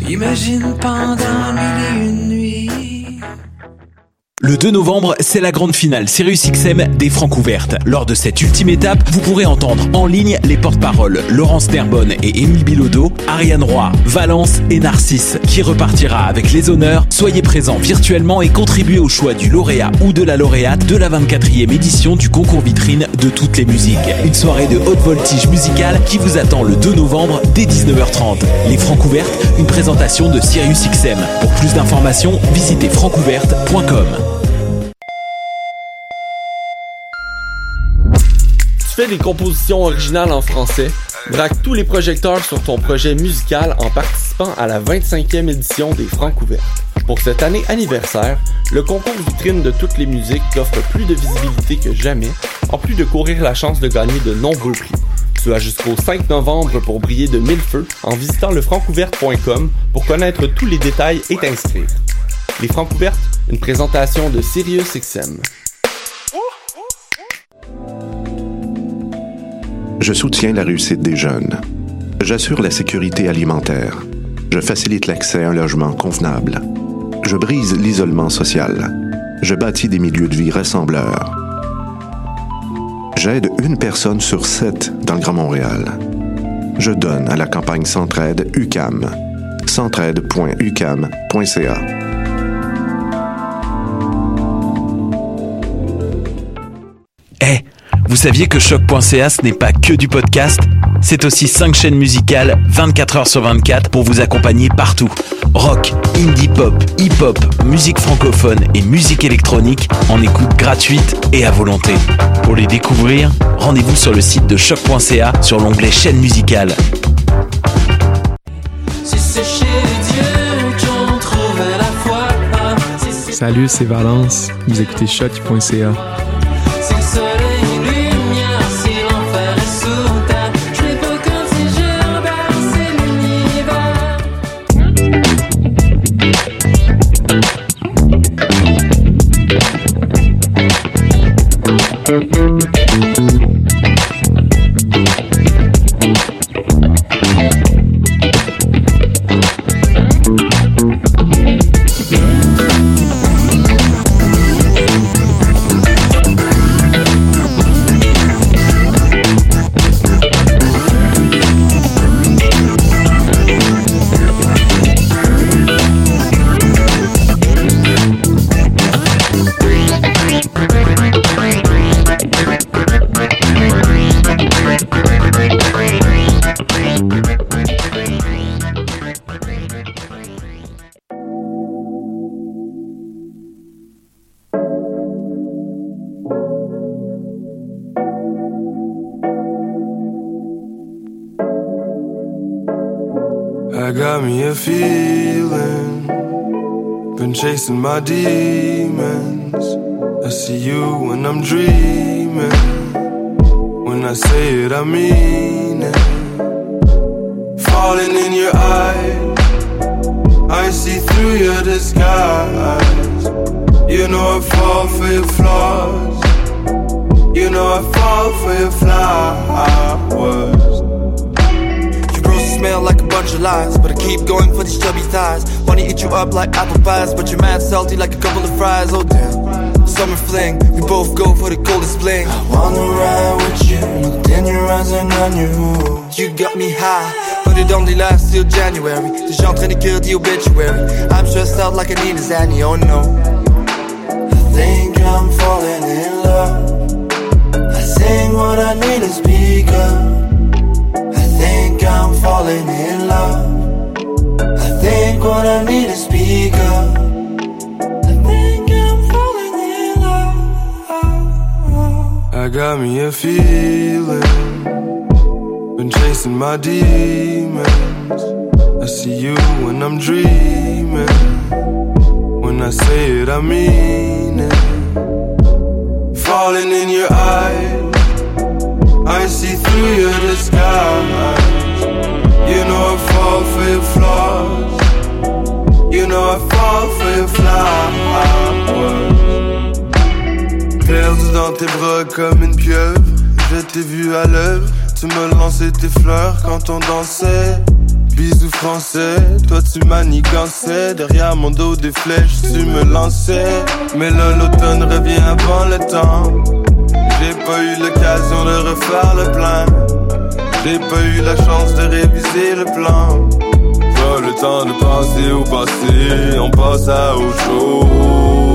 Imagine pendant mille et une nuits. Le 2 novembre, c'est la grande finale SiriusXM des Francs ouvertes. Lors de cette ultime étape, vous pourrez entendre en ligne les porte-paroles Laurence Nerbonne et Émile Bilodeau, Ariane Roy, Valence et Narcisse, qui repartira avec les honneurs. Soyez présents virtuellement et contribuez au choix du lauréat ou de la lauréate de la 24e édition du concours vitrine de toutes les musiques. Une soirée de haute voltige musicale qui vous attend le 2 novembre dès 19h30. Les Francs ouvertes, une présentation de SiriusXM. Pour plus d'informations, visitez francouverte.com. Fais des compositions originales en français, braque tous les projecteurs sur ton projet musical en participant à la 25e édition des Francs ouvertes. Pour cette année anniversaire, le concours vitrine de toutes les musiques t'offre plus de visibilité que jamais, en plus de courir la chance de gagner de nombreux prix. Tu as jusqu'au 5 novembre pour briller de mille feux en visitant lefrancouverte.com pour connaître tous les détails et t'inscrire. Les Francs ouvertes, une présentation de SiriusXM. Je soutiens la réussite des jeunes. J'assure la sécurité alimentaire. Je facilite l'accès à un logement convenable. Je brise l'isolement social. Je bâtis des milieux de vie rassembleurs. J'aide une personne sur 7 dans le Grand Montréal. Je donne à la campagne Centraide UQAM. centraide.uqam.ca. Vous saviez que Choc.ca ce n'est pas que du podcast? C'est aussi 5 chaînes musicales 24h sur 24 pour vous accompagner partout. Rock, indie pop, hip-hop, musique francophone et musique électronique en écoute gratuite et à volonté. Pour les découvrir, rendez-vous sur le site de Choc.ca sur l'onglet chaîne musicale. Salut, c'est Valence. Vous écoutez Choc.ca. I got me a feeling, been chasing my demons. I see you when I'm dreaming, when I say it I mean it. Falling in your eyes, I see through your disguise. You know I fall for your flaws, you know I fall for your flowers. Smell like a bunch of lies, but I keep going for these chubby thighs. Wanna eat you up like apple pies, but you're mad salty like a couple of fries. Oh damn, summer fling, we both go for the coldest bling. I wanna ride with you, looked in your eyes and I knew you got me high, but it only lasts till January. T'es en train d'écrire the obituary. I'm stressed out like I need a Zanny, oh no. I think I'm falling in love. I think what I need is speak up. I'm falling in love. I think what I need is speak up. I think I'm falling in love. I got me a feeling, been chasing my demons. I see you when I'm dreaming, when I say it I mean it. Falling in your eyes, I see through your disguise. You know I fall for your flaws, you know I fall for your flowers. Perdu dans tes bras comme une pieuvre, je t'ai vu à l'œuvre. Tu me lançais tes fleurs quand on dansait, bisous français, toi tu manigançais. Derrière mon dos des flèches, tu me lançais. Mais là l'automne revient avant le temps. J'ai pas eu l'occasion de refaire le plein. J'ai pas eu la chance de réviser le plan. Pas le temps de penser au passé, on passe à autre chose.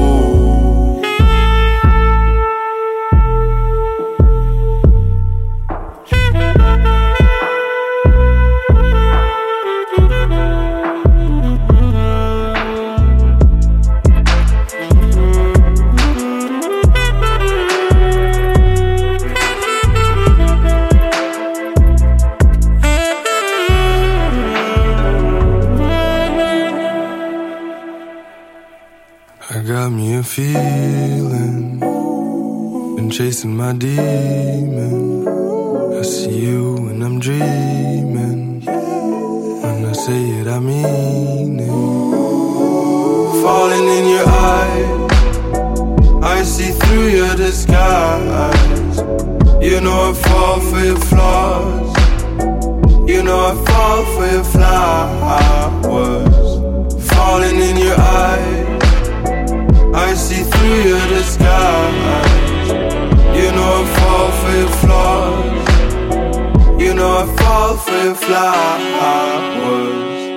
Got me a feeling, been chasing my demon. I see you when I'm dreaming. When I say it, I mean it. Falling in your eyes, I see through your disguise. You know I fall for your flaws. You know I fall for your flowers. Falling in your eyes, I see through your disguise. You know I fall for your flaws. You know I fall for your flowers.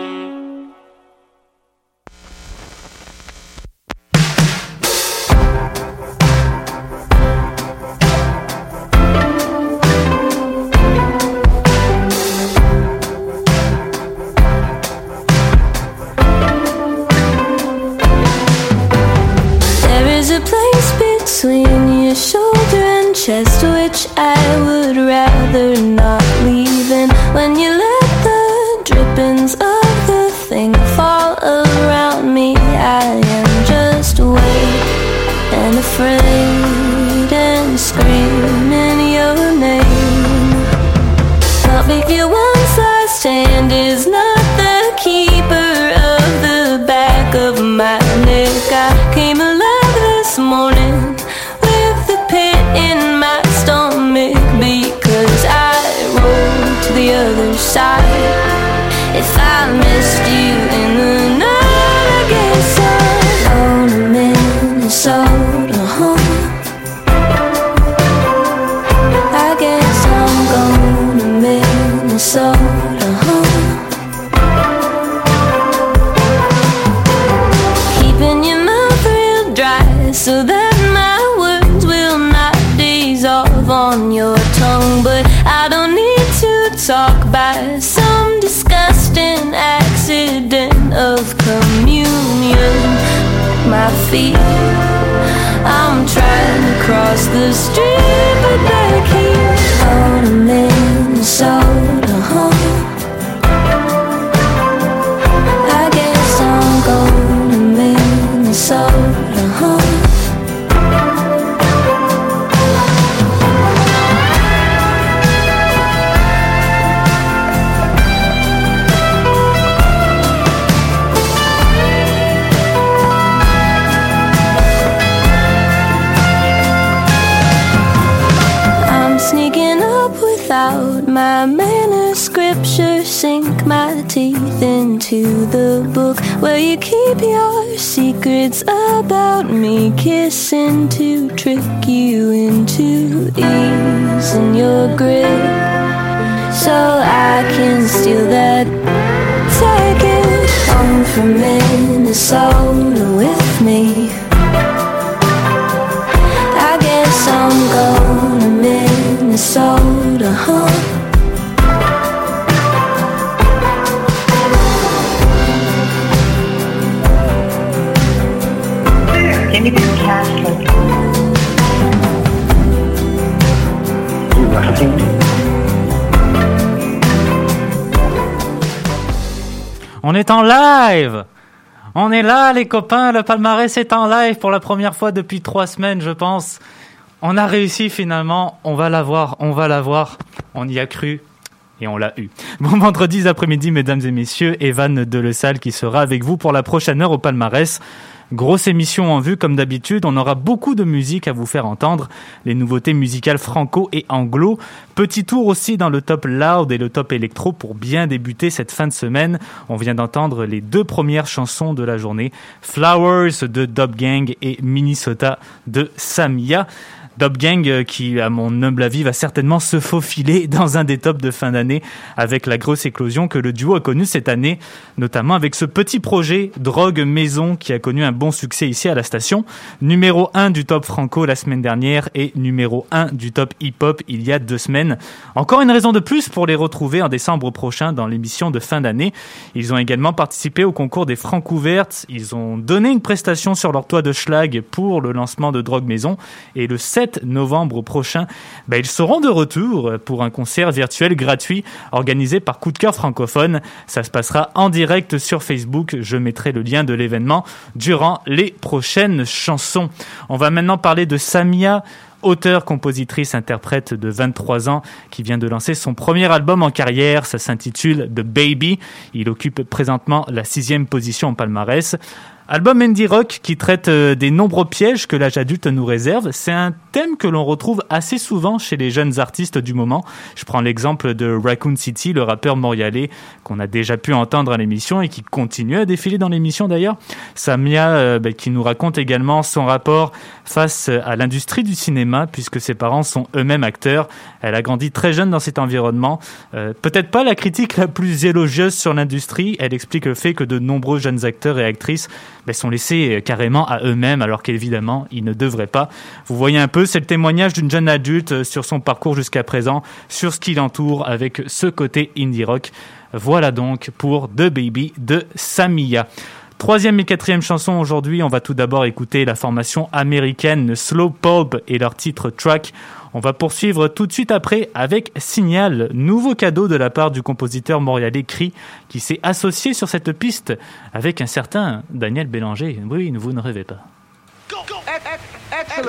Between your shoulder and chest, which I would rather not leave in. When you let the drippings of the thing fall around me, I am just weak and afraid and screaming your name. But if your one-size stand is not the keeper of the back of my neck, I came alive this morning with the pit in my stomach because I rolled to the other side. If I missed you in the night, I guess I'm going to Minnesota home. I guess I'm going to Minnesota home. Keeping your mouth real dry so that my words will not dissolve on your tongue. But I don't need to talk by some disgusting accident of communion. My feet, I'm trying to cross the street, but they keep going to Minnesota home. I guess I'm going to Minnesota home. Sneaking up without my manners, scripture, sink my teeth into the book where you keep your secrets about me, kissing to trick you into easing your grip so I can steal that ticket home from Minnesota with me. I guess I'm going to Minnesota home. Jimmy Castro. On est en live! On est là, les copains, le palmarès est en live pour la première fois depuis 3 semaines, je pense. On a réussi finalement, on va l'avoir, on y a cru et on l'a eu. Bon vendredi après-midi, mesdames et messieurs, Evan Delessal qui sera avec vous pour la prochaine heure au palmarès. Grosse émission en vue, comme d'habitude, on aura beaucoup de musique à vous faire entendre, les nouveautés musicales franco et anglo. Petit tour aussi dans le top loud et le top électro pour bien débuter cette fin de semaine. On vient d'entendre les 2 premières chansons de la journée, Flowers de Dub Gang et Minnesota de Samia. Dub Gang qui, à mon humble avis, va certainement se faufiler dans un des tops de fin d'année avec la grosse éclosion que le duo a connue cette année, notamment avec ce petit projet Drogue Maison qui a connu un bon succès ici à la station. Numéro 1 du top franco la semaine dernière et numéro 1 du top hip-hop il y a 2 semaines. Encore une raison de plus pour les retrouver en décembre prochain dans l'émission de fin d'année. Ils ont également participé au concours des Francouvertes. Ils ont donné une prestation sur leur toit de Schlag pour le lancement de Drogue Maison et le 7 novembre prochain, ils seront de retour pour un concert virtuel gratuit organisé par Coup de Cœur Francophone. Ça se passera en direct sur Facebook. Je mettrai le lien de l'événement durant les prochaines chansons. On va maintenant parler de Samia, auteure, compositrice, interprète de 23 ans qui vient de lancer son premier album en carrière. Ça s'intitule The Baby. Il occupe présentement la 6e position en palmarès. Album indie rock qui traite des nombreux pièges que l'âge adulte nous réserve. C'est un thème que l'on retrouve assez souvent chez les jeunes artistes du moment. Je prends l'exemple de Raccoon City, le rappeur montréalais qu'on a déjà pu entendre à l'émission et qui continue à défiler dans l'émission d'ailleurs. Samia qui nous raconte également son rapport face à l'industrie du cinéma puisque ses parents sont eux-mêmes acteurs. Elle a grandi très jeune dans cet environnement. Peut-être pas la critique la plus élogieuse sur l'industrie. Elle explique le fait que de nombreux jeunes acteurs et actrices sont laissés carrément à eux-mêmes alors qu'évidemment ils ne devraient pas. Vous voyez un peu, c'est le témoignage d'une jeune adulte sur son parcours jusqu'à présent, sur ce qui l'entoure avec ce côté indie rock. Voilà donc pour The Baby de Samia. 3e et 4e chanson aujourd'hui, on va tout d'abord écouter la formation américaine Slow Pulp et leur titre Track. On va poursuivre tout de suite après avec Signal, nouveau cadeau de la part du compositeur montréalais Cri, qui s'est associé sur cette piste avec un certain Daniel Bélanger. Oui, vous ne rêvez pas. Go, go. Excellent.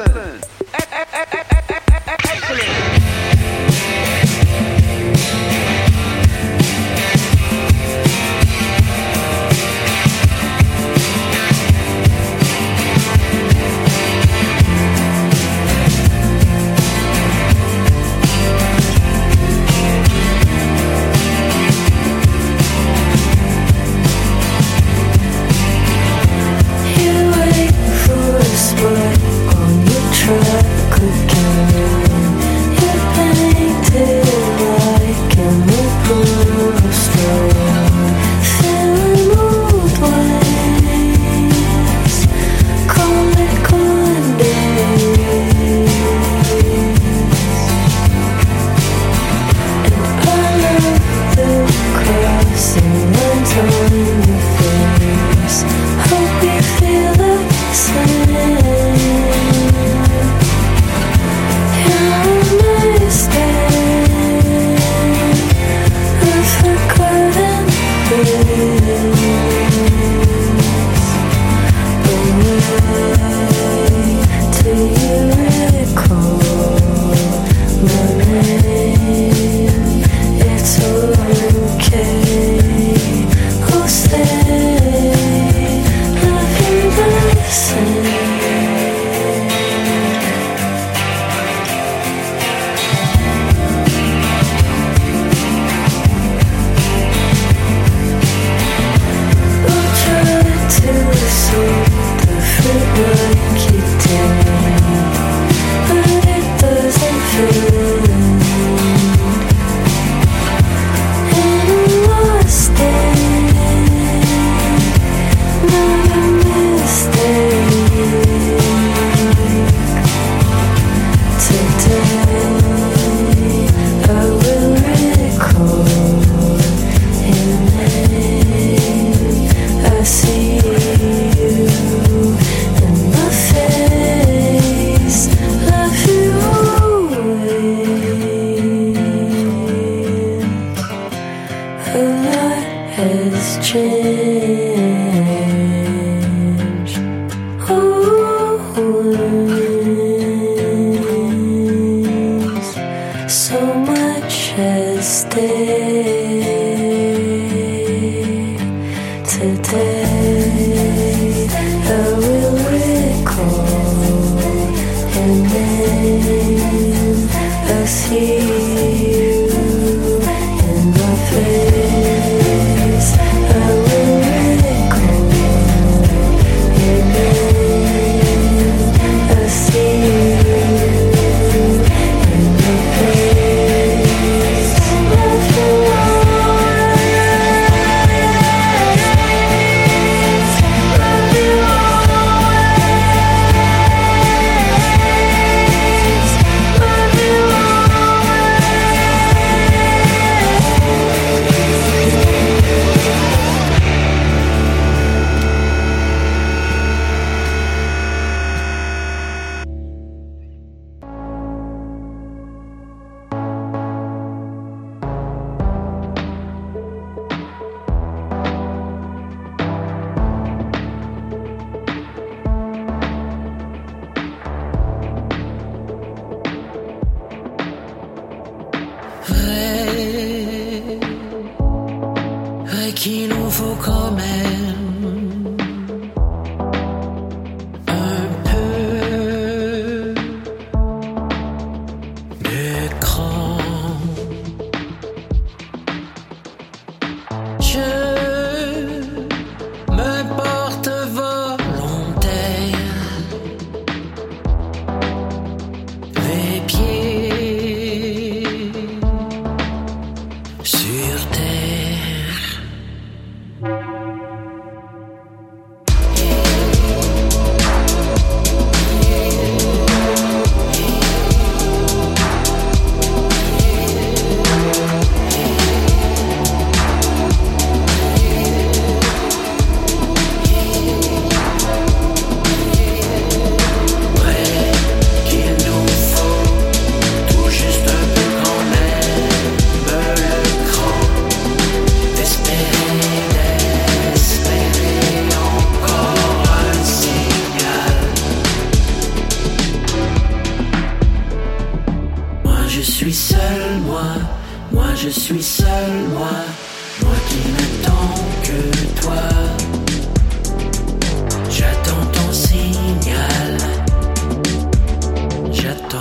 Today, vrai qu'il en faut quand même un peu de cran. Je me porte volontaire, les pieds sur terre. Je suis seul, moi qui n'attends que toi. J'attends ton signal, j'attends.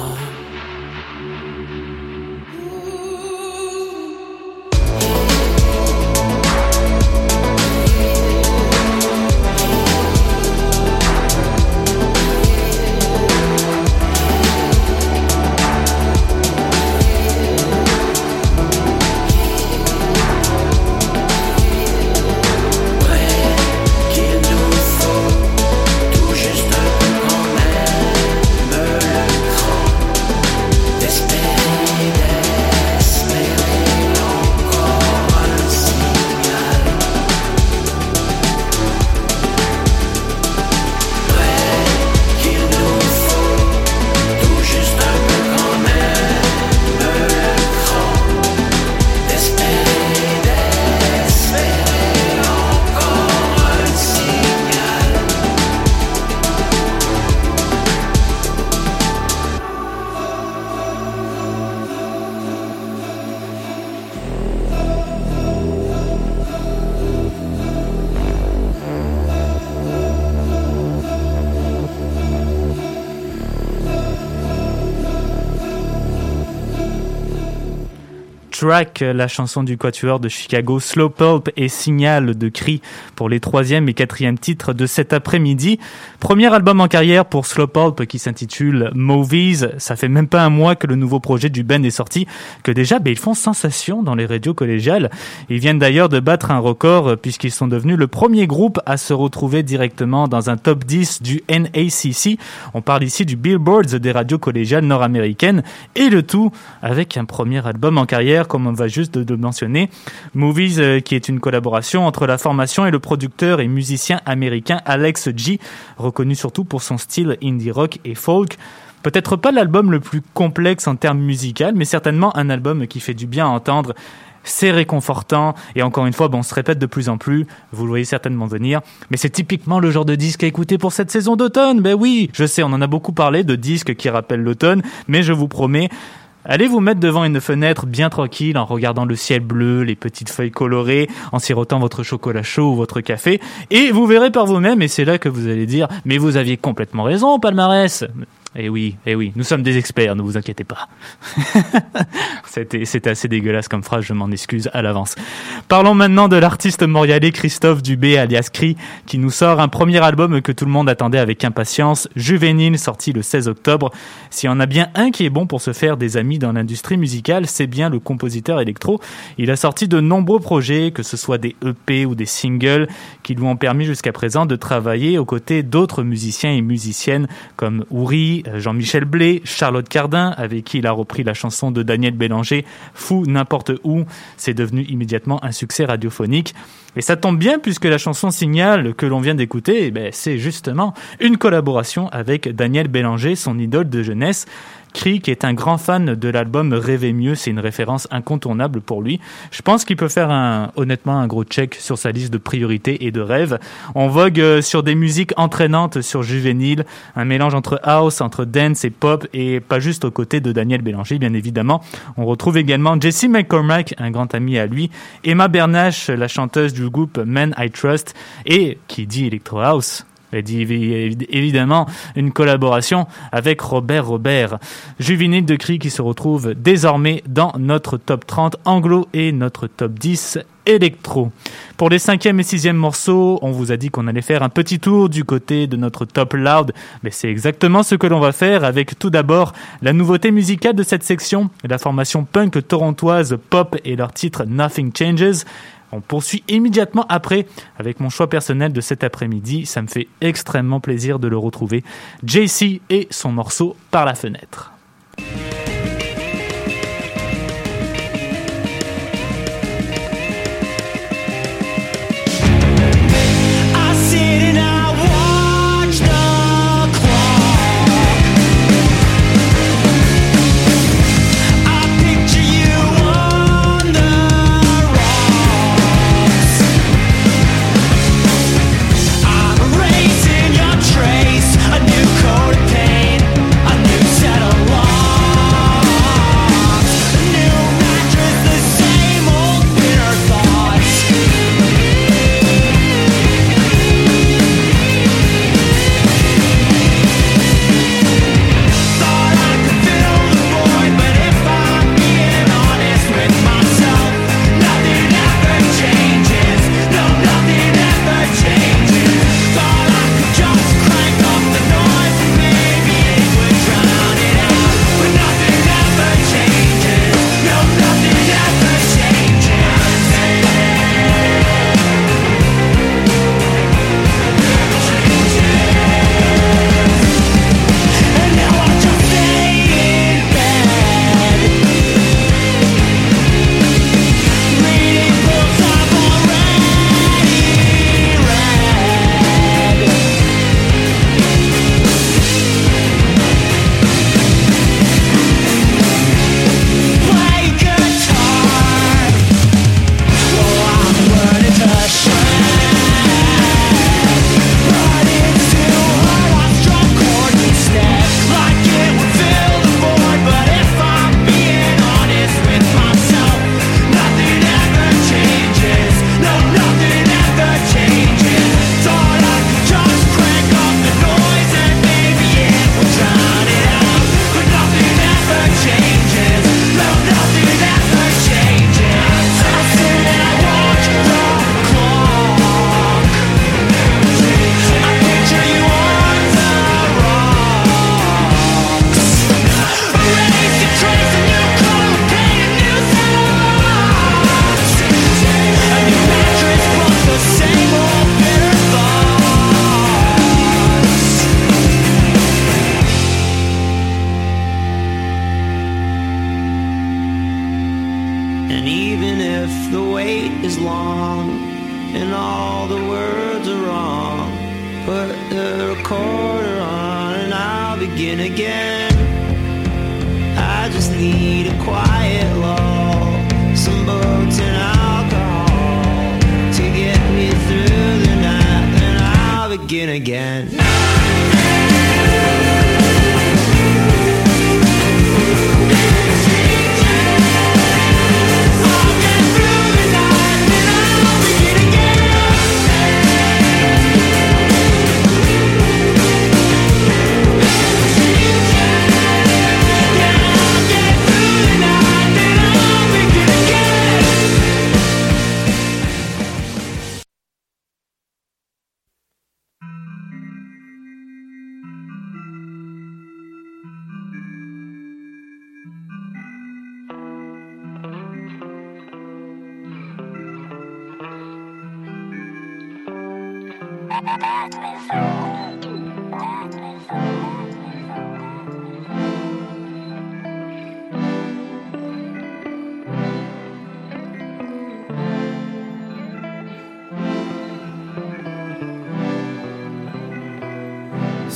Track, la chanson du quatuor de Chicago, Slow Pulp et Signal de Cri pour les 3e et 4e titres de cet après-midi. Premier album en carrière pour Slow Pulp qui s'intitule Movies. Ça fait même pas un mois que le nouveau projet du band est sorti, que déjà ils font sensation dans les radios collégiales. Ils viennent d'ailleurs de battre un record puisqu'ils sont devenus le premier groupe à se retrouver directement dans un top 10 du NACC. On parle ici du Billboard des radios collégiales nord-américaines, et le tout avec un premier album en carrière, comme on va juste de mentionner. Movies, qui est une collaboration entre la formation et le producteur et musicien américain Alex G, reconnu surtout pour son style indie rock et folk. Peut-être pas l'album le plus complexe en termes musicaux, mais certainement un album qui fait du bien à entendre. C'est réconfortant, et encore une fois, on se répète de plus en plus, vous le voyez certainement venir, mais c'est typiquement le genre de disque à écouter pour cette saison d'automne. Ben oui, je sais, on en a beaucoup parlé de disques qui rappellent l'automne, mais je vous promets, allez vous mettre devant une fenêtre bien tranquille en regardant le ciel bleu, les petites feuilles colorées, en sirotant votre chocolat chaud ou votre café, et vous verrez par vous-même, et c'est là que vous allez dire « Mais vous aviez complètement raison, Palmarès !» Eh oui, nous sommes des experts, ne vous inquiétez pas. C'était assez dégueulasse comme phrase, je m'en excuse à l'avance. Parlons maintenant de l'artiste montréalais Christophe Dubé, alias Cri, qui nous sort un premier album que tout le monde attendait avec impatience, Juvénile, sorti le 16 octobre. S'il y en a bien un qui est bon pour se faire des amis dans l'industrie musicale, c'est bien le compositeur électro. Il a sorti de nombreux projets, que ce soit des EP ou des singles, qui lui ont permis jusqu'à présent de travailler aux côtés d'autres musiciens et musiciennes comme Ouri, Jean-Michel Blé, Charlotte Cardin, avec qui il a repris la chanson de Daniel Bélanger, Fou n'importe où. C'est devenu immédiatement un succès radiophonique. Et ça tombe bien puisque la chanson Signal que l'on vient d'écouter, c'est justement une collaboration avec Daniel Bélanger, son idole de jeunesse. Creek est un grand fan de l'album Rêver mieux, c'est une référence incontournable pour lui. Je pense qu'il peut faire honnêtement un gros check sur sa liste de priorités et de rêves. On vogue sur des musiques entraînantes sur Juvénile, un mélange entre house, entre dance et pop, et pas juste aux côtés de Daniel Bélanger, bien évidemment. On retrouve également Jesse McCormack, un grand ami à lui, Emma Bernache, la chanteuse du groupe Men I Trust, et qui dit Electro House, elle dit évidemment une collaboration avec Robert. Juvénile de Creek qui se retrouve désormais dans notre top 30 anglo et notre top 10 électro. Pour les 5e et 6e morceaux, on vous a dit qu'on allait faire un petit tour du côté de notre top loud, mais c'est exactement ce que l'on va faire avec tout d'abord la nouveauté musicale de cette section, la formation punk torontoise Pop et leur titre Nothing Changes. On poursuit immédiatement après avec mon choix personnel de cet après-midi. Ça me fait extrêmement plaisir de le retrouver. JC et son morceau Par la fenêtre. A new coat of paint, a new set of Put the recorder on and I'll begin again. I just need a quiet lull, some books and alcohol to get me through the night, then I'll begin again.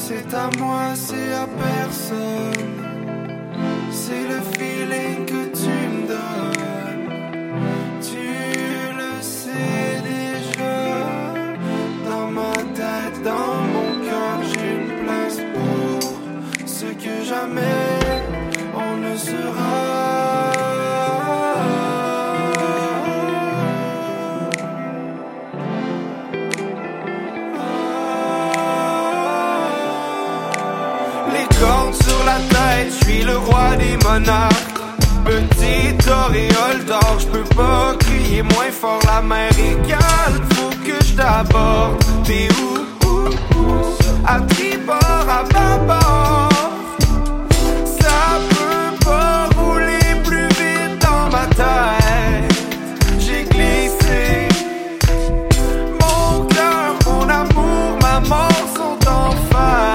c'est à moi, c'est à personne. C'est le feeling que tu me donnes. Tu le sais déjà. Dans ma tête, dans mon cœur, j'ai une place pour ce que jamais on ne sera. Cornes sur la tête, je suis le roi des monarques. Petite auréole d'or, je peux pas crier moins fort. La mer est calme, faut que je t'aborde. T'es où? À tribord, à bâbord. Ça peut pas rouler plus vite dans ma tête. J'ai glissé. Mon cœur, mon amour, ma mort sont en fête.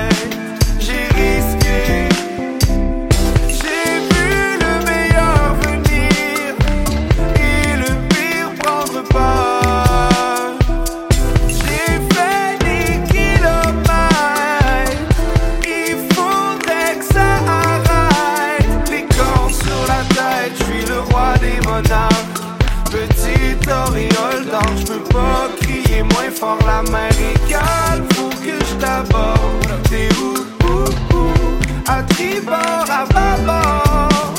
Petite auréole d'or, je peux pas crier moins fort. La mer est calme, faut que je t'aborde. T'es où? À tribord, à bâbord.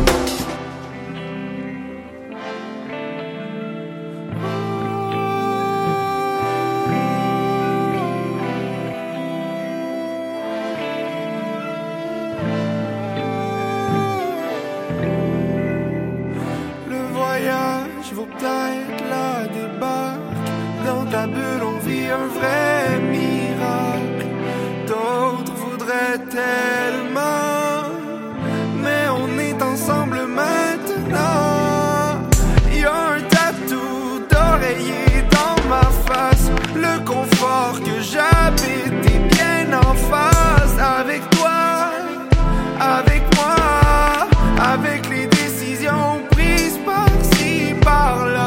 Vaut peut-être la débarque. Dans ta bulle on vit un vrai miracle. D'autres voudraient tellement, mais on est ensemble maintenant. Y'a un tatou d'oreiller dans ma face. Le confort que j'habite est bien en face. Avec toi, avec moi, avec les décisions prises par-ci, par-là.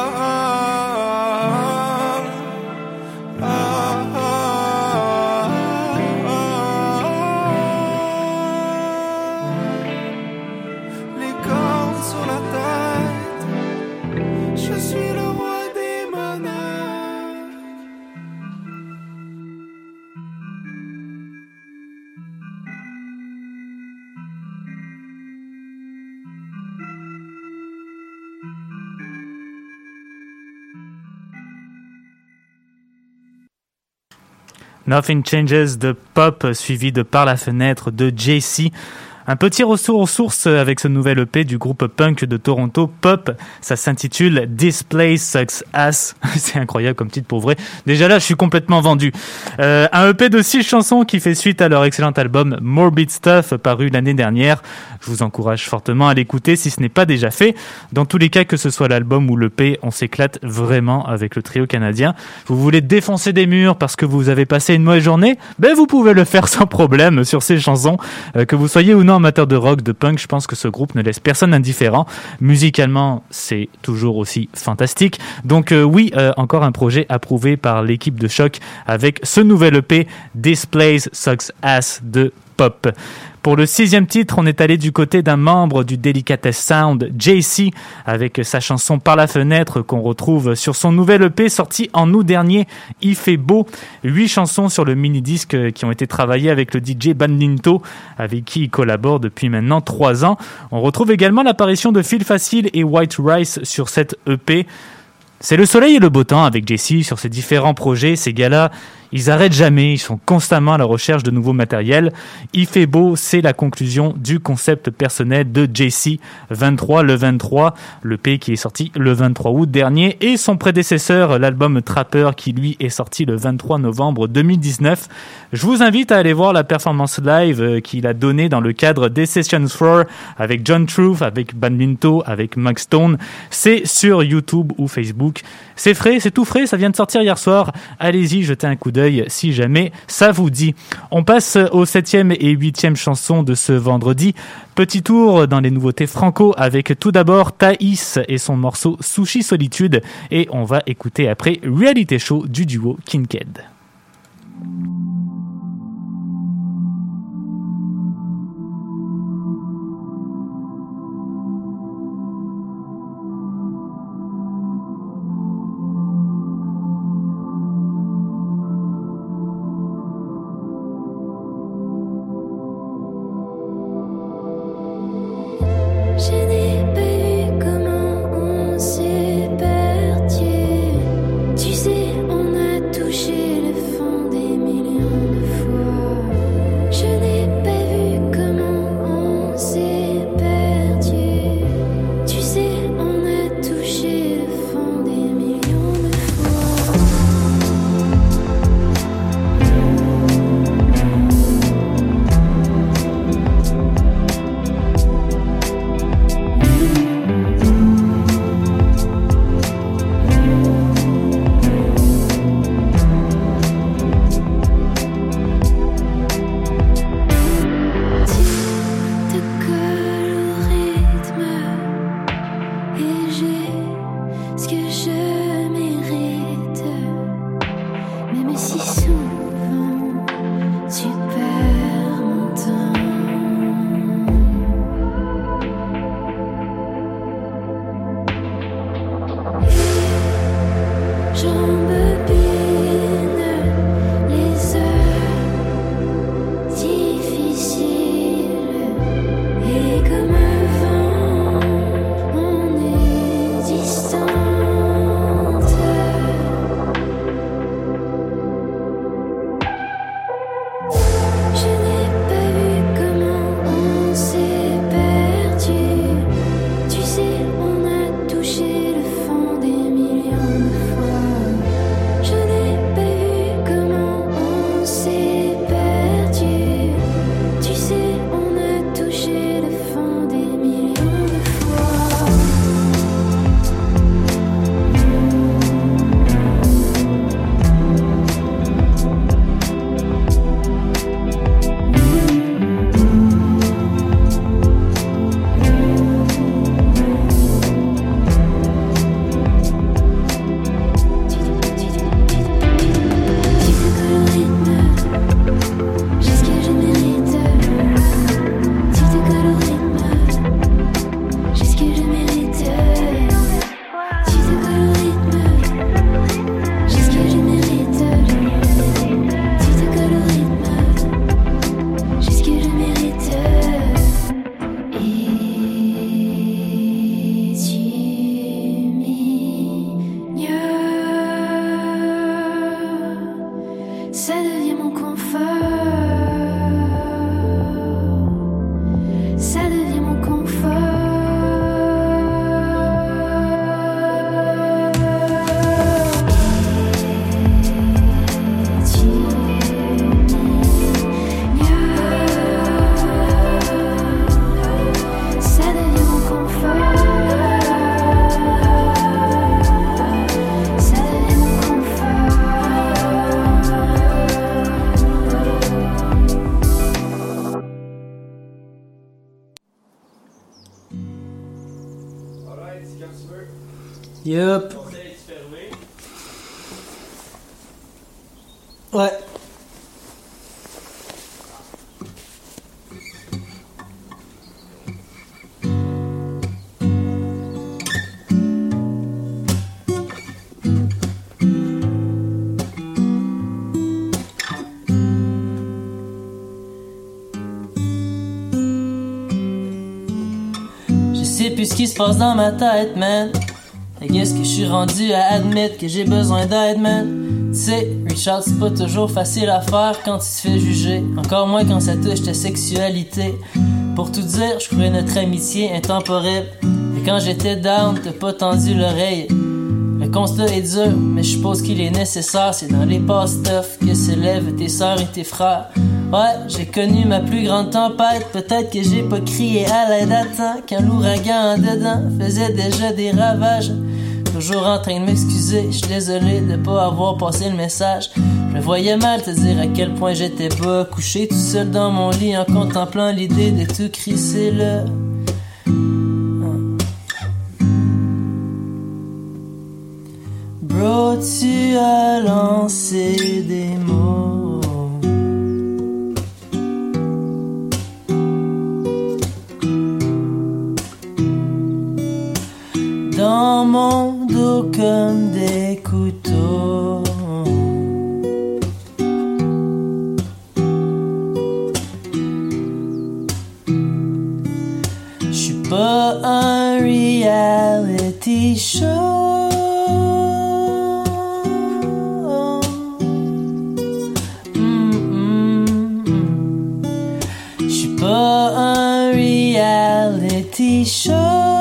Les cordes sur la tête, je suis le roi des monarques. Nothing Changes de Pop, suivi de Par la fenêtre de Jay-Z. Un petit retour aux sources avec ce nouvel EP du groupe punk de Toronto, Pop. Ça s'intitule This Place Sucks Ass. C'est incroyable comme titre pour vrai. Déjà là, je suis complètement vendu. Un EP de 6 chansons qui fait suite à leur excellent album Morbid Stuff, paru l'année dernière. Je vous encourage fortement à l'écouter si ce n'est pas déjà fait. Dans tous les cas, que ce soit l'album ou l'EP, on s'éclate vraiment avec le trio canadien. Vous voulez défoncer des murs parce que vous avez passé une mauvaise journée? Ben, vous pouvez le faire sans problème sur ces chansons. Que vous soyez ou non amateur de rock, de punk, je pense que ce groupe ne laisse personne indifférent. Musicalement, c'est toujours aussi fantastique. Donc oui, encore un projet approuvé par l'équipe de Choc avec ce nouvel EP This Place Sucks Ass de Pop. Pour le 6e titre, on est allé du côté d'un membre du Delicatess Sound, Jay-Z, avec sa chanson Par la fenêtre qu'on retrouve sur son nouvel EP sorti en août dernier, Il fait beau. 8 chansons sur le mini-disque qui ont été travaillées avec le DJ Bandinto, avec qui il collabore depuis maintenant 3 ans. On retrouve également l'apparition de Phil Facile et White Rice sur cette EP. C'est le soleil et le beau temps avec Jay-Z sur ses différents projets. Ces gars-là, ils arrêtent jamais, ils sont constamment à la recherche de nouveaux matériels. Il fait beau, c'est la conclusion du concept personnel de Jay-Z. 23 le 23, l'EP qui est sorti le 23 août dernier, et son prédécesseur, l'album Trapper, qui lui est sorti le 23 novembre 2019. Je vous invite à aller voir la performance live qu'il a donnée dans le cadre des Sessions 4 avec John Truth, avec Bandinto, avec Max Stone. C'est sur YouTube ou Facebook. C'est frais, c'est tout frais, ça vient de sortir hier soir. Allez-y, jetez un coup d'œil si jamais ça vous dit. On passe aux 7e et 8e chansons de ce vendredi. Petit tour dans les nouveautés franco avec tout d'abord Thaïs et son morceau Sushi Solitude, et on va écouter après Reality Show du duo Kinked. Yup. Ouais. Je sais plus ce qui se passe dans ma tête, man. I guess que je suis rendu à admettre que j'ai besoin d'aide, man. Tu sais, reach out, c'est pas toujours facile à faire quand tu te fais juger. Encore moins quand ça touche ta sexualité. Pour tout dire, je croyais notre amitié intemporelle. Et quand j'étais down, t'as pas tendu l'oreille. Le constat est dur, mais je suppose qu'il est nécessaire. C'est dans les passes tough que s'élèvent tes sœurs et tes frères. Ouais, j'ai connu ma plus grande tempête. Peut-être que j'ai pas crié à l'aide à temps quand l'ouragan en dedans faisait déjà des ravages. Toujours en train de m'excuser, je suis désolé de pas avoir passé le message. Je me voyais mal te dire à quel point j'étais bas, couché tout seul dans mon lit en contemplant l'idée de tout crisser là. Bro, tu as lancé des mots. Dans mon dos comme des couteaux. J'suis pas un reality show. J'suis pas un reality show.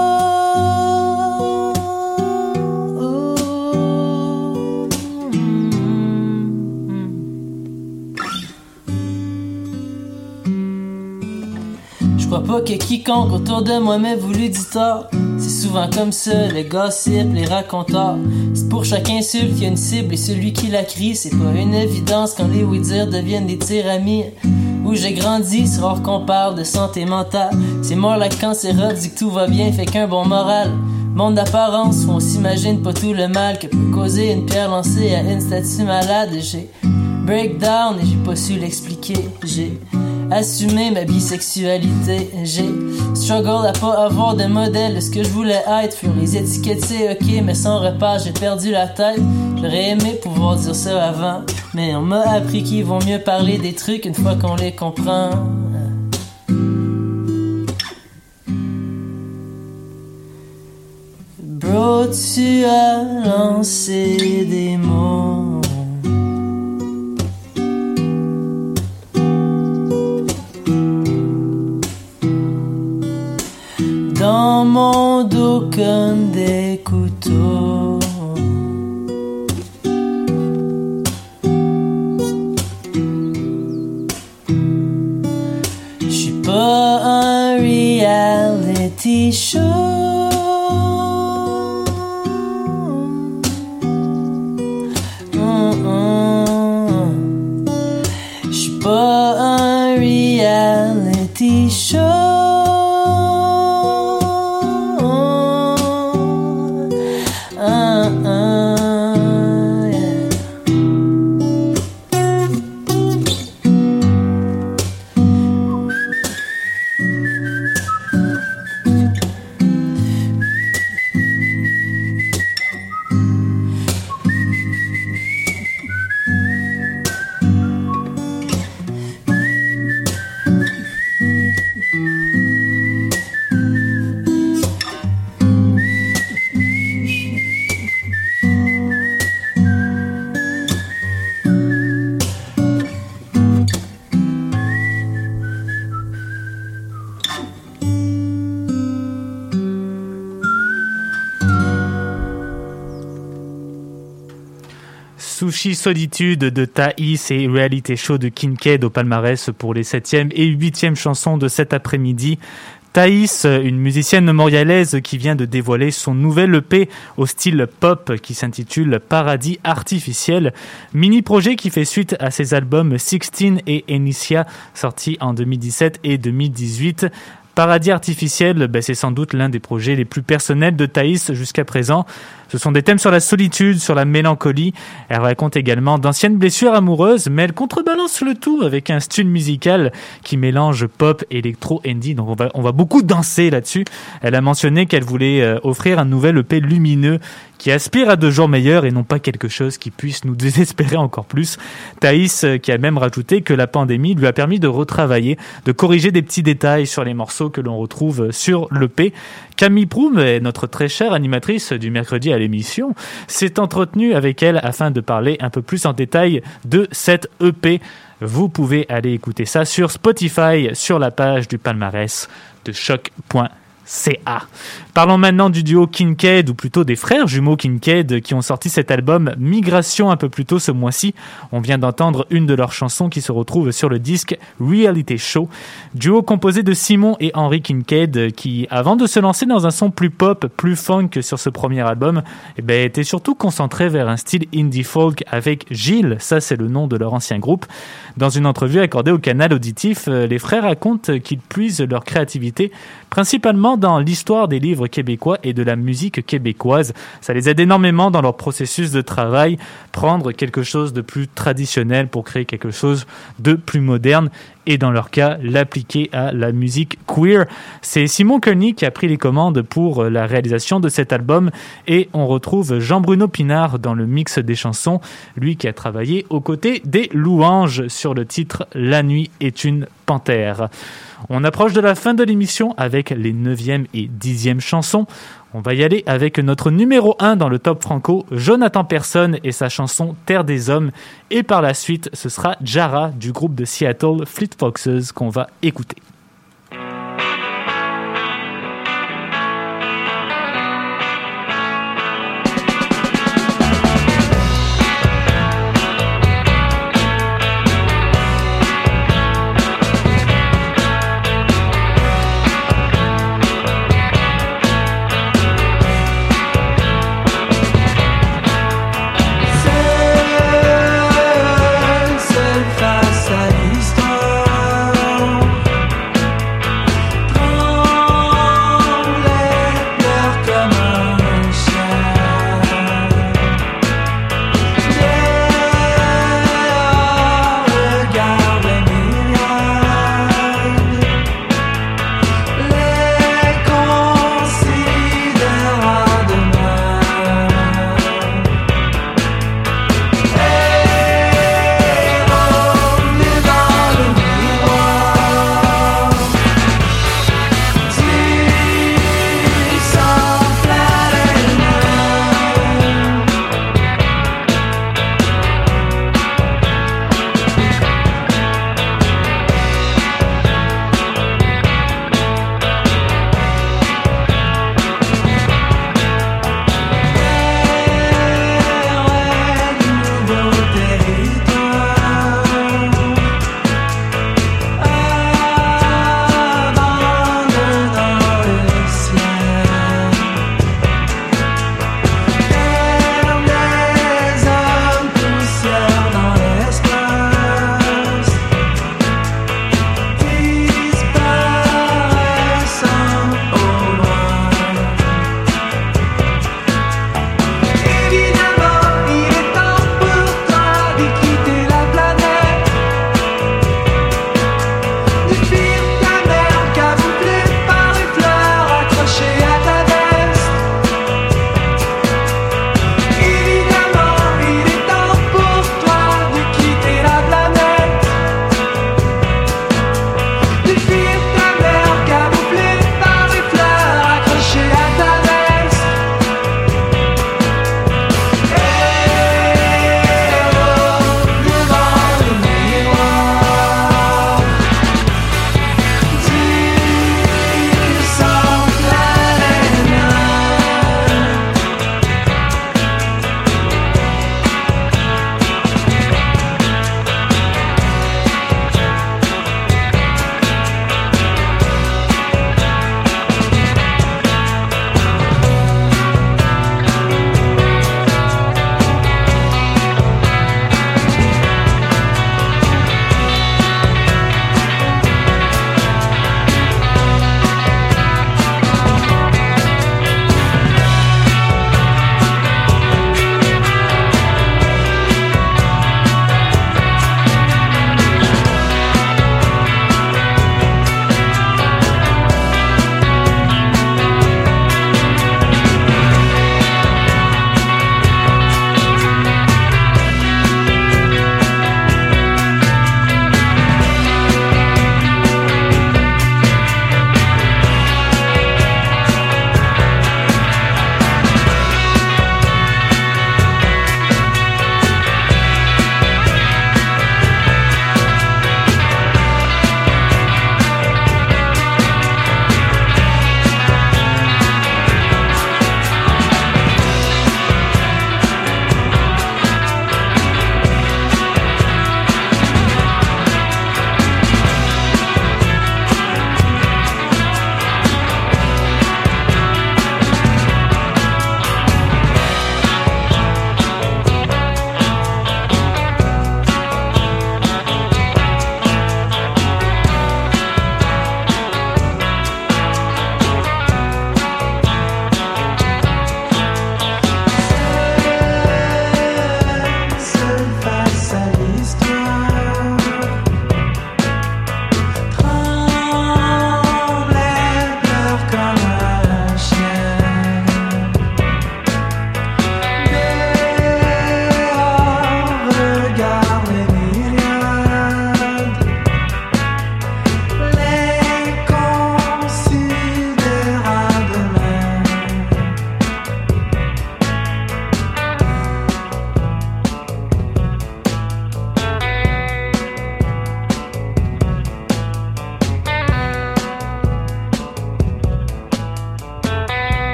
Je crois pas que quiconque autour de moi m'ait voulu du tort. C'est souvent comme ça, le gossip, les raconteurs. C'est pour chaque insulte qu'il y a une cible et celui qui la crie. C'est pas une évidence quand les oui-dire deviennent des tiramis. Où j'ai grandi, c'est rare qu'on parle de santé mentale. C'est more like quand c'est rough, dit que tout va bien, fait qu'un bon moral. Monde d'apparence où on s'imagine pas tout le mal que peut causer une pierre lancée à une statue malade. J'ai breakdown et j'ai pas su l'expliquer. J'ai assumer ma bisexualité. J'ai struggle à pas avoir de modèle de ce que je voulais être. Fuir les étiquettes c'est ok, mais sans repas j'ai perdu la tête. J'aurais aimé pouvoir dire ça avant, mais on m'a appris qu'il vaut mieux parler des trucs une fois qu'on les comprend. Bro, tu as lancé des mots dans mon dos comme des couteaux. J'suis pas un reality show. J'suis pas un reality show. Sushi Solitude de Thaïs et Reality Show de Kincaid au palmarès pour les 7e et 8e chansons de cet après-midi. Thaïs, une musicienne montréalaise qui vient de dévoiler son nouvel EP au style pop qui s'intitule Paradis Artificiel, mini-projet qui fait suite à ses albums 16 et Enicia sortis en 2017 et 2018. Paradis Artificiel, c'est sans doute l'un des projets les plus personnels de Thaïs jusqu'à présent. Ce sont des thèmes sur la solitude, sur la mélancolie. Elle raconte également d'anciennes blessures amoureuses, mais elle contrebalance le tout avec un style musical qui mélange pop, électro, indie. Donc on va beaucoup danser là-dessus. Elle a mentionné qu'elle voulait offrir un nouvel EP lumineux qui aspire à de jours meilleurs et non pas quelque chose qui puisse nous désespérer encore plus. Thaïs qui a même rajouté que la pandémie lui a permis de retravailler, de corriger des petits détails sur les morceaux que l'on retrouve sur l'EP. Camille Proum, notre très chère animatrice du mercredi à l'émission, s'est entretenue avec elle afin de parler un peu plus en détail de cette EP. Vous pouvez aller écouter ça sur Spotify, sur la page du palmarès de choc.ca. Parlons maintenant du duo Kincaid, ou plutôt des frères jumeaux Kincaid qui ont sorti cet album Migration un peu plus tôt ce mois-ci. On vient d'entendre une de leurs chansons qui se retrouve sur le disque Reality Show. Duo composé de Simon et Henry Kincaid qui, avant de se lancer dans un son plus pop, plus funk sur ce premier album, était surtout concentré vers un style indie folk avec Gilles, ça c'est le nom de leur ancien groupe. Dans une entrevue accordée au Canal Auditif, les frères racontent qu'ils puisent leur créativité principalement dans l'histoire des livres québécois et de la musique québécoise. Ça les aide énormément dans leur processus de travail, prendre quelque chose de plus traditionnel pour créer quelque chose de plus moderne et dans leur cas, l'appliquer à la musique queer. C'est Simon Kearney qui a pris les commandes pour la réalisation de cet album et on retrouve Jean-Bruno Pinard dans le mix des chansons, lui qui a travaillé aux côtés des Louanges sur le titre « La nuit est une panthère ». On approche de la fin de l'émission avec les 9e et 10e chansons. On va y aller avec notre numéro 1 dans le top franco, Jonathan Persson et sa chanson Terre des Hommes. Et par la suite, ce sera Jara du groupe de Seattle Fleet Foxes qu'on va écouter. Face à l'histoire,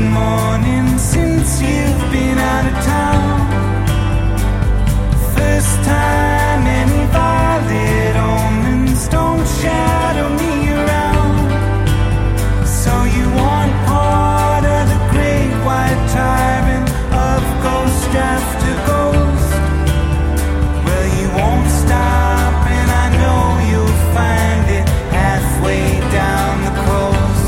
morning since you've been out of town. First time any violet omens don't shadow me around. So you want part of the great white tyrant of ghost after ghost. Well, you won't stop, and I know you'll find it halfway down the coast.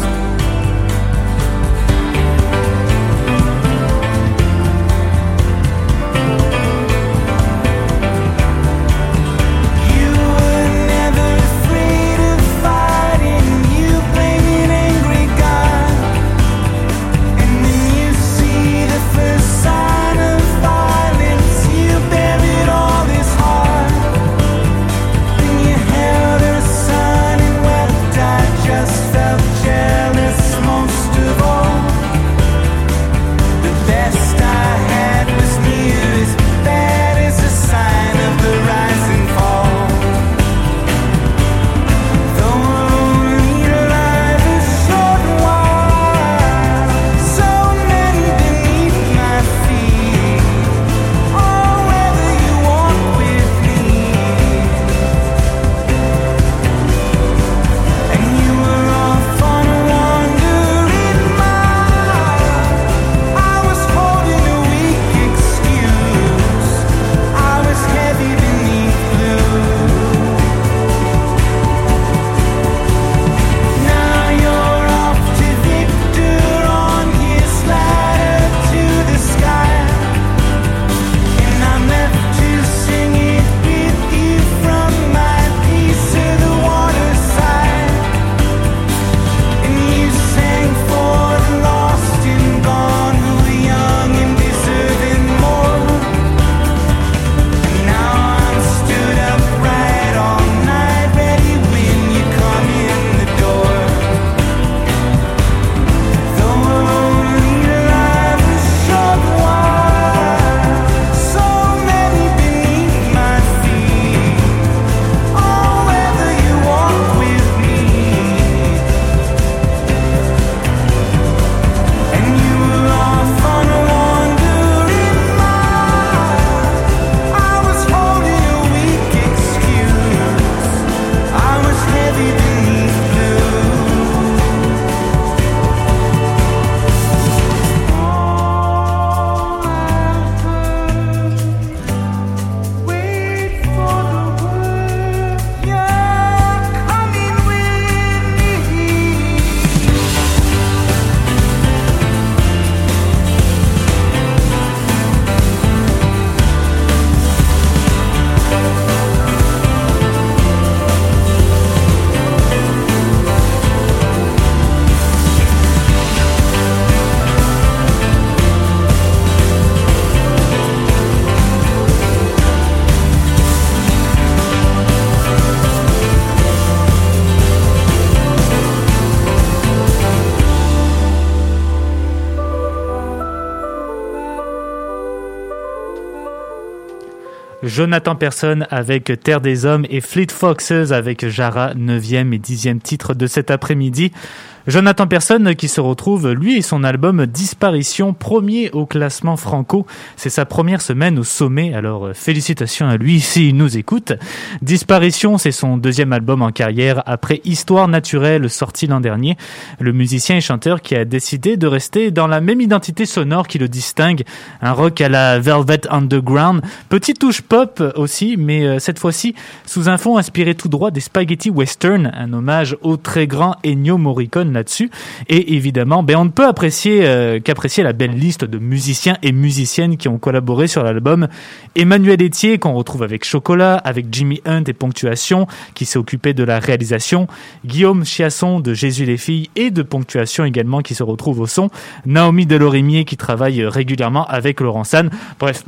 You were never afraid of fighting, you blame an angry God. And when you see the first sign of violence, you bear it all this hard. When you held her son and wept, I just felt jealous most of all. The best I had was near as bad as a sign of the rise and fall. Though we're only alive a short while, so many beneath my feet. Oh, whether you walk with me. And you were off on a wandering mile. I was holding a weak excuse. I was heavy beneath blue. Now you're off to Victor on his ladder to the sky. And I'm left to sing it with you from my piece of the waterside. And you sang for the lost and gone who were young and deserving more. And now I'm stood upright all night, ready when you come in the door. Though we're only alive a short while, so many beneath my feet. Oh, whether you walk with me. And you were off on a wandering mile. I was holding a weak excuse. I was heavy beneath blue. Wait for the word. You're coming with me. Jonathan Persson avec Terre des Hommes et Fleet Foxes avec Jara, 9e et 10e titre de cet après-midi. Jonathan Persson qui se retrouve, lui et son album Disparition, premier au classement franco. C'est sa première semaine au sommet, alors félicitations à lui s'il nous écoute. Disparition, c'est son deuxième album en carrière après Histoire naturelle sorti l'an dernier. Le musicien et chanteur qui a décidé de rester dans la même identité sonore qui le distingue, un rock à la Velvet Underground, petite touche pop aussi, mais cette fois-ci sous un fond inspiré tout droit des Spaghetti Western, un hommage au très grand Ennio Morricone là-dessus. Et évidemment, on ne peut qu'apprécier la belle liste de musiciens et musiciennes qui ont collaboré sur l'album. Emmanuel Etier, qu'on retrouve avec Chocolat, avec Jimmy Hunt et Ponctuation, qui s'est occupé de la réalisation. Guillaume Chiasson de Jésus les filles et de Ponctuation également, qui se retrouve au son. Naomi Delorimier, qui travaille régulièrement avec Laurent San. Bref,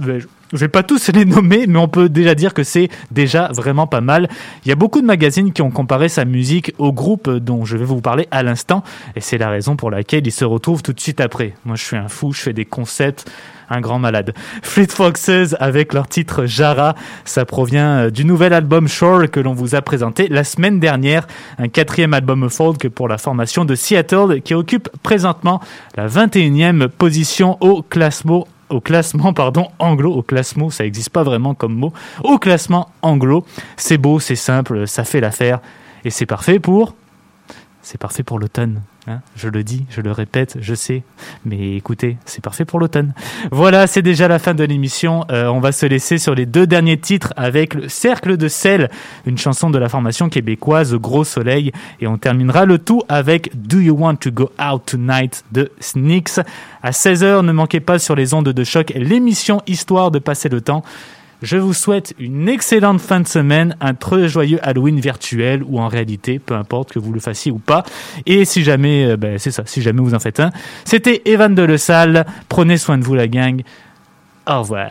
Je vais pas tous les nommer, mais on peut déjà dire que c'est déjà vraiment pas mal. Il y a beaucoup de magazines qui ont comparé sa musique au groupe dont je vais vous parler à l'instant, et c'est la raison pour laquelle il se retrouve tout de suite après. Moi, je suis un fou, je fais des concepts, un grand malade. Fleet Foxes avec leur titre Jara, ça provient du nouvel album Shore que l'on vous a présenté la semaine dernière, un 4e album folk pour la formation de Seattle qui occupe présentement la 21e position au classement anglo, ça existe pas vraiment comme mot, au classement anglo. C'est beau, c'est simple, ça fait l'affaire, et c'est parfait pour l'automne. Hein, je le dis, je le répète, je sais, mais écoutez, c'est parfait pour l'automne. Voilà, c'est déjà la fin de l'émission. On va se laisser sur les 2 derniers titres avec le Cercle de sel, une chanson de la formation québécoise Gros Soleil, et on terminera le tout avec Do You Want to Go Out Tonight de Sneaks. À 16h, ne manquez pas sur les ondes de choc l'émission Histoire de passer le temps. Je vous souhaite une excellente fin de semaine, un très joyeux Halloween virtuel ou en réalité, peu importe que vous le fassiez ou pas. Et si jamais, si jamais vous en faites un, c'était Evan de Le Salle. Prenez soin de vous la gang. Au revoir.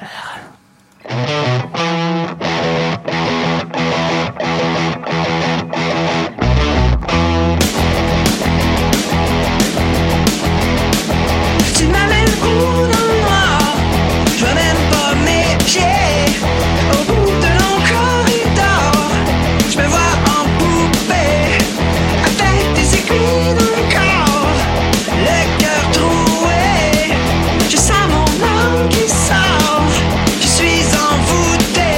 Tu m'amènes où dans le noir? Je vois même pas mes pieds. Au bout de long corridor, je me vois en poupée, avec des aiguilles dans le corps, le cœur troué. Je sens mon âme qui sort, je suis envoûté.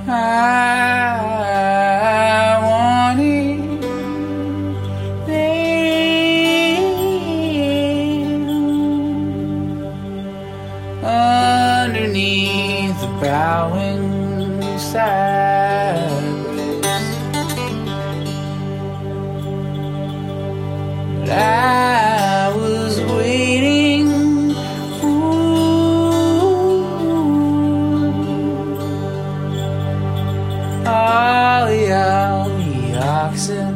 I want it there. Underneath the bowing cypress, but I was waiting for all the oxen